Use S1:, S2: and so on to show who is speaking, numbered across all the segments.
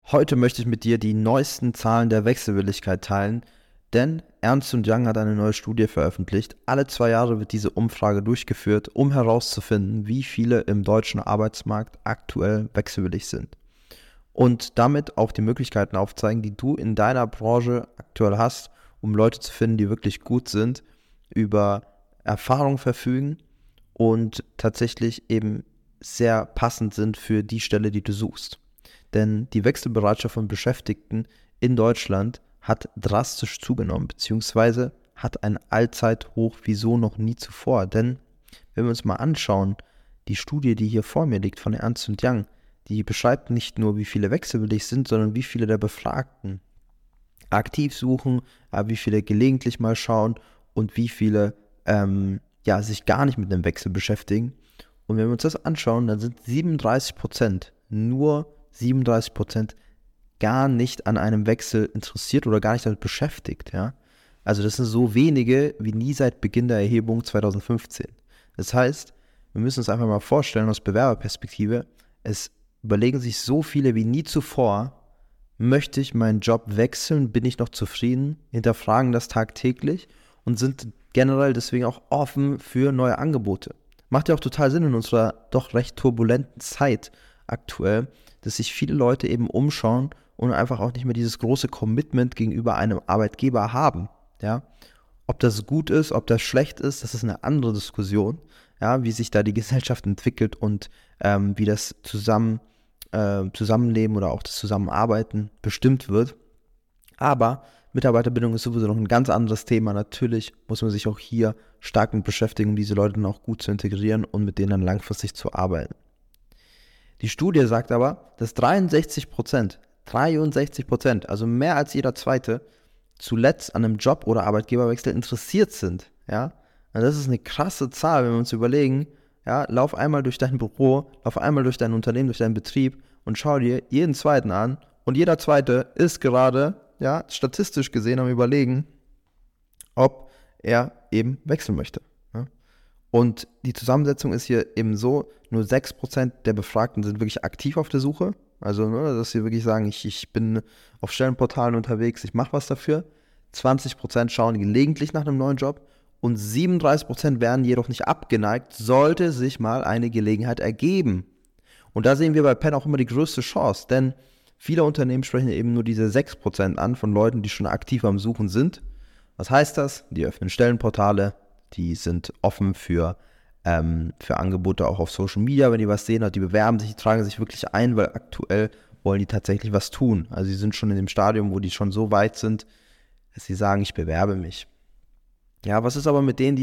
S1: Heute möchte ich mit dir die neuesten Zahlen der Wechselwilligkeit teilen, denn Ernst Young hat eine neue Studie veröffentlicht. Alle 2 Jahre wird diese Umfrage durchgeführt, um herauszufinden, wie viele im deutschen Arbeitsmarkt aktuell wechselwillig sind. Und damit auch die Möglichkeiten aufzeigen, die du in deiner Branche aktuell hast, um Leute zu finden, die wirklich gut sind, über Erfahrung verfügen und tatsächlich eben sehr passend sind für die Stelle, die du suchst. Denn die Wechselbereitschaft von Beschäftigten in Deutschland hat drastisch zugenommen, beziehungsweise hat ein Allzeithoch wie so noch nie zuvor. Denn wenn wir uns mal anschauen, die Studie, die hier vor mir liegt von Ernst Young, die beschreibt nicht nur, wie viele wechselwillig sind, sondern wie viele der Befragten aktiv suchen, wie viele gelegentlich mal schauen und wie viele sich gar nicht mit einem Wechsel beschäftigen. Und wenn wir uns das anschauen, dann sind 37%, nur 37% gar nicht an einem Wechsel interessiert oder gar nicht damit beschäftigt. Ja? Also das sind so wenige wie nie seit Beginn der Erhebung 2015. Das heißt, wir müssen uns einfach mal vorstellen aus Bewerberperspektive, es überlegen sich so viele wie nie zuvor, möchte ich meinen Job wechseln, bin ich noch zufrieden, hinterfragen das tagtäglich und sind generell deswegen auch offen für neue Angebote. Macht ja auch total Sinn in unserer doch recht turbulenten Zeit aktuell, dass sich viele Leute eben umschauen und einfach auch nicht mehr dieses große Commitment gegenüber einem Arbeitgeber haben. Ja? Ob das gut ist, ob das schlecht ist, das ist eine andere Diskussion, ja? Wie sich da die Gesellschaft entwickelt und wie das Zusammenleben oder auch das Zusammenarbeiten bestimmt wird. Aber Mitarbeiterbindung ist sowieso noch ein ganz anderes Thema. Natürlich muss man sich auch hier stark mit beschäftigen, um diese Leute dann auch gut zu integrieren und mit denen dann langfristig zu arbeiten. Die Studie sagt aber, dass 63%, also mehr als jeder Zweite, zuletzt an einem Job- oder Arbeitgeberwechsel interessiert sind. Ja? Und das ist eine krasse Zahl, wenn wir uns überlegen, ja, lauf einmal durch dein Büro, lauf einmal durch dein Unternehmen, durch deinen Betrieb und schau dir jeden Zweiten an. Und jeder Zweite ist gerade, ja, statistisch gesehen am Überlegen, ob er eben wechseln möchte. Ja? Und die Zusammensetzung ist hier eben so, nur 6% der Befragten sind wirklich aktiv auf der Suche. Also, dass sie wirklich sagen, ich bin auf Stellenportalen unterwegs, ich mache was dafür. 20% schauen gelegentlich nach einem neuen Job und 37% wären jedoch nicht abgeneigt, sollte sich mal eine Gelegenheit ergeben. Und da sehen wir bei Penn auch immer die größte Chance, denn viele Unternehmen sprechen eben nur diese 6% an von Leuten, die schon aktiv am Suchen sind. Was heißt das? Die öffnen Stellenportale, die sind offen für Angebote auch auf Social Media, wenn die was sehen, die bewerben sich, die tragen sich wirklich ein, weil aktuell wollen die tatsächlich was tun. Also sie sind schon in dem Stadium, wo die schon so weit sind, dass sie sagen, ich bewerbe mich. Ja, was ist aber mit denen,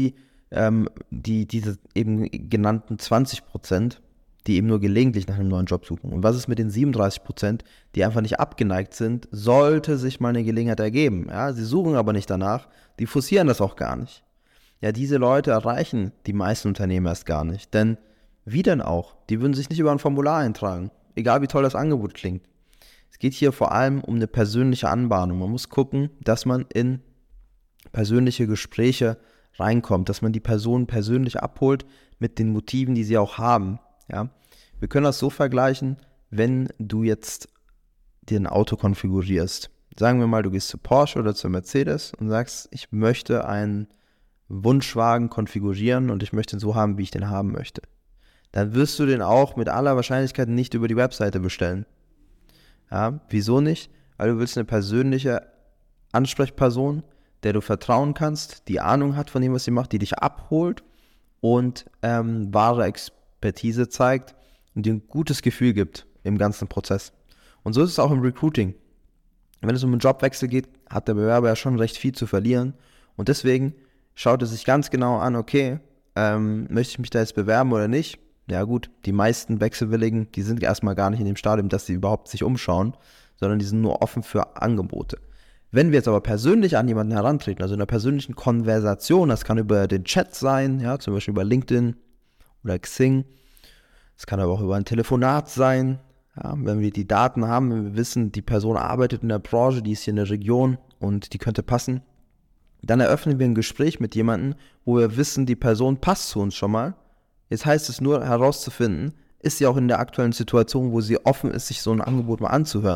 S1: diese eben genannten 20%, die eben nur gelegentlich nach einem neuen Job suchen? Und was ist mit den 37%, die einfach nicht abgeneigt sind, sollte sich mal eine Gelegenheit ergeben? Ja, sie suchen aber nicht danach, die forcieren das auch gar nicht. Ja, diese Leute erreichen die meisten Unternehmen erst gar nicht. Denn wie denn auch? Die würden sich nicht über ein Formular eintragen, egal wie toll das Angebot klingt. Es geht hier vor allem um eine persönliche Anbahnung. Man muss gucken, dass man in persönliche Gespräche reinkommt, dass man die Person persönlich abholt mit den Motiven, die sie auch haben. Ja? Wir können das so vergleichen, wenn du jetzt dir ein Auto konfigurierst. Sagen wir mal, du gehst zu Porsche oder zu Mercedes und sagst, ich möchte einen Wunschwagen konfigurieren und ich möchte ihn so haben, wie ich den haben möchte. Dann wirst du den auch mit aller Wahrscheinlichkeit nicht über die Webseite bestellen. Ja, wieso nicht? Weil du willst eine persönliche Ansprechperson, der du vertrauen kannst, die Ahnung hat von dem, was sie macht, die dich abholt und wahre Expertise zeigt und dir ein gutes Gefühl gibt im ganzen Prozess. Und so ist es auch im Recruiting. Wenn es um einen Jobwechsel geht, hat der Bewerber ja schon recht viel zu verlieren und deswegen schaut er sich ganz genau an, okay, möchte ich mich da jetzt bewerben oder nicht? Ja gut, die meisten Wechselwilligen, die sind erstmal gar nicht in dem Stadium, dass sie überhaupt sich umschauen, sondern die sind nur offen für Angebote. Wenn wir jetzt aber persönlich an jemanden herantreten, also in einer persönlichen Konversation, das kann über den Chat sein, ja, zum Beispiel über LinkedIn oder Xing, es kann aber auch über ein Telefonat sein, ja, wenn wir die Daten haben, wenn wir wissen, die Person arbeitet in der Branche, die ist hier in der Region und die könnte passen, dann eröffnen wir ein Gespräch mit jemandem, wo wir wissen, die Person passt zu uns schon mal. Jetzt heißt es nur herauszufinden, ist sie auch in der aktuellen Situation, wo sie offen ist, sich so ein Angebot mal anzuhören.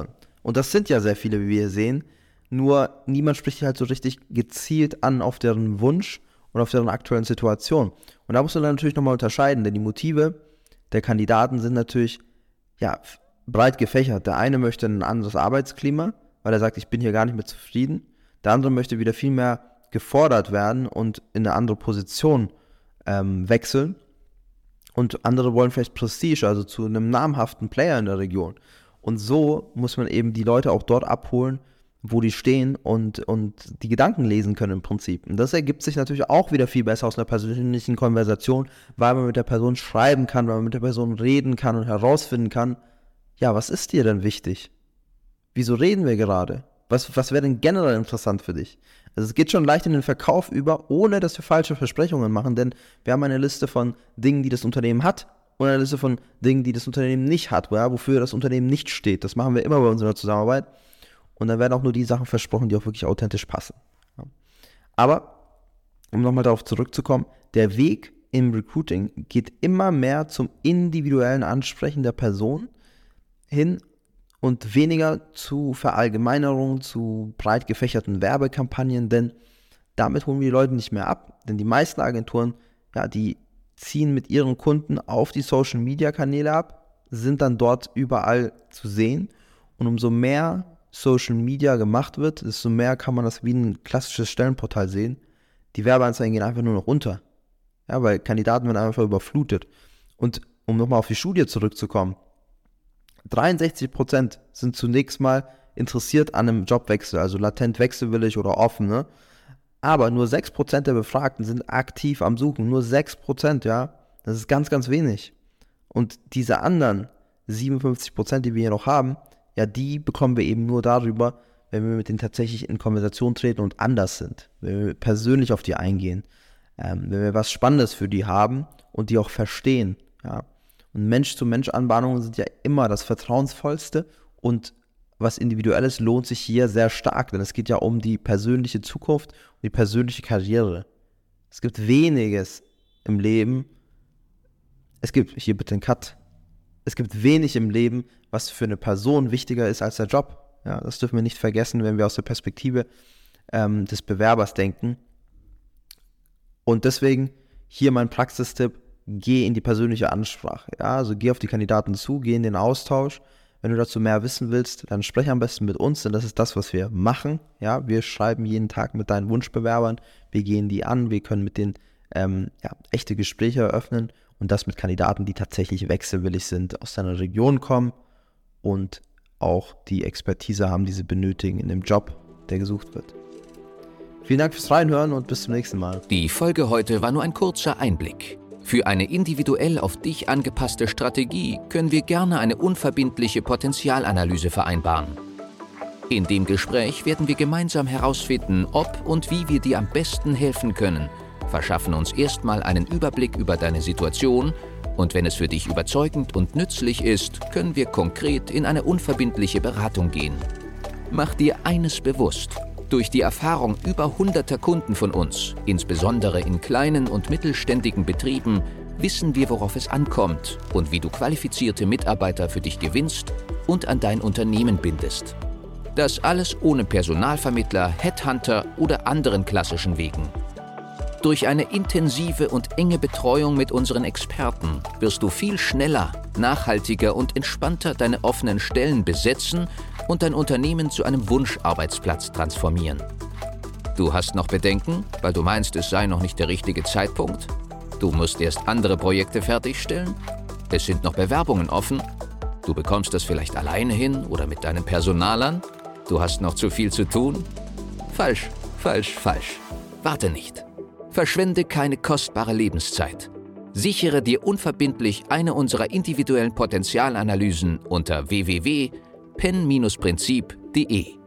S1: Und das sind ja sehr viele, wie wir sehen. Nur niemand spricht halt so richtig gezielt an auf deren Wunsch und auf deren aktuellen Situation. Und da muss man dann natürlich nochmal unterscheiden, denn die Motive der Kandidaten sind natürlich breit gefächert. Der eine möchte ein anderes Arbeitsklima, weil er sagt, ich bin hier gar nicht mehr zufrieden. Der andere möchte wieder viel mehr gefordert werden und in eine andere Position wechseln. Und andere wollen vielleicht Prestige, also zu einem namhaften Player in der Region. Und so muss man eben die Leute auch dort abholen, wo die stehen und die Gedanken lesen können im Prinzip. Und das ergibt sich natürlich auch wieder viel besser aus einer persönlichen Konversation, weil man mit der Person schreiben kann, weil man mit der Person reden kann und herausfinden kann, ja, was ist dir denn wichtig? Wieso reden wir gerade? Was wäre denn generell interessant für dich? Also es geht schon leicht in den Verkauf über, ohne dass wir falsche Versprechungen machen, denn wir haben eine Liste von Dingen, die das Unternehmen hat und eine Liste von Dingen, die das Unternehmen nicht hat, wofür das Unternehmen nicht steht. Das machen wir immer bei unserer Zusammenarbeit und dann werden auch nur die Sachen versprochen, die auch wirklich authentisch passen. Ja. Aber, um nochmal darauf zurückzukommen, der Weg im Recruiting geht immer mehr zum individuellen Ansprechen der Person hin und weniger zu Verallgemeinerungen, zu breit gefächerten Werbekampagnen, denn damit holen wir die Leute nicht mehr ab. Denn die meisten Agenturen, die ziehen mit ihren Kunden auf die Social-Media-Kanäle ab, sind dann dort überall zu sehen. Und umso mehr Social Media gemacht wird, desto mehr kann man das wie ein klassisches Stellenportal sehen. Die Werbeanzeigen gehen einfach nur noch runter. Ja, weil Kandidaten werden einfach überflutet. Und um nochmal auf die Studie zurückzukommen, 63% sind zunächst mal interessiert an einem Jobwechsel, also latent wechselwillig oder offen, ne? Aber nur 6% der Befragten sind aktiv am Suchen. Nur 6%, das ist ganz, ganz wenig. Und diese anderen 57%, die wir hier noch haben, die bekommen wir eben nur darüber, wenn wir mit denen tatsächlich in Konversation treten und anders sind. Wenn wir persönlich auf die eingehen. Wenn wir was Spannendes für die haben und die auch verstehen, Und Mensch-zu-Mensch-Anbahnungen sind ja immer das Vertrauensvollste und was Individuelles lohnt sich hier sehr stark, denn es geht ja um die persönliche Zukunft und die persönliche Karriere. Es gibt weniges im Leben, hier bitte einen Cut, es gibt wenig im Leben, was für eine Person wichtiger ist als der Job. Ja, das dürfen wir nicht vergessen, wenn wir aus der Perspektive des Bewerbers denken. Und deswegen hier mein Praxistipp: Geh in die persönliche Ansprache. Also geh auf die Kandidaten zu, geh in den Austausch. Wenn du dazu mehr wissen willst, dann sprech am besten mit uns, denn das ist das, was wir machen. Wir schreiben jeden Tag mit deinen Wunschbewerbern, wir gehen die an, wir können mit denen echte Gespräche eröffnen und das mit Kandidaten, die tatsächlich wechselwillig sind, aus deiner Region kommen und auch die Expertise haben, die sie benötigen in dem Job, der gesucht wird. Vielen Dank fürs Reinhören und bis zum nächsten Mal.
S2: Die Folge heute war nur ein kurzer Einblick. Für eine individuell auf dich angepasste Strategie können wir gerne eine unverbindliche Potenzialanalyse vereinbaren. In dem Gespräch werden wir gemeinsam herausfinden, ob und wie wir dir am besten helfen können, verschaffen uns erstmal einen Überblick über deine Situation und wenn es für dich überzeugend und nützlich ist, können wir konkret in eine unverbindliche Beratung gehen. Mach dir eines bewusst: Durch die Erfahrung über hunderter Kunden von uns, insbesondere in kleinen und mittelständigen Betrieben, wissen wir, worauf es ankommt und wie du qualifizierte Mitarbeiter für dich gewinnst und an dein Unternehmen bindest. Das alles ohne Personalvermittler, Headhunter oder anderen klassischen Wegen. Durch eine intensive und enge Betreuung mit unseren Experten wirst du viel schneller, nachhaltiger und entspannter deine offenen Stellen besetzen und dein Unternehmen zu einem Wunscharbeitsplatz transformieren. Du hast noch Bedenken, weil du meinst, es sei noch nicht der richtige Zeitpunkt? Du musst erst andere Projekte fertigstellen? Es sind noch Bewerbungen offen? Du bekommst das vielleicht alleine hin oder mit deinen Personalern? Du hast noch zu viel zu tun? Falsch, falsch, falsch. Warte nicht. Verschwende keine kostbare Lebenszeit. Sichere dir unverbindlich eine unserer individuellen Potenzialanalysen unter www.pen-prinzip.de.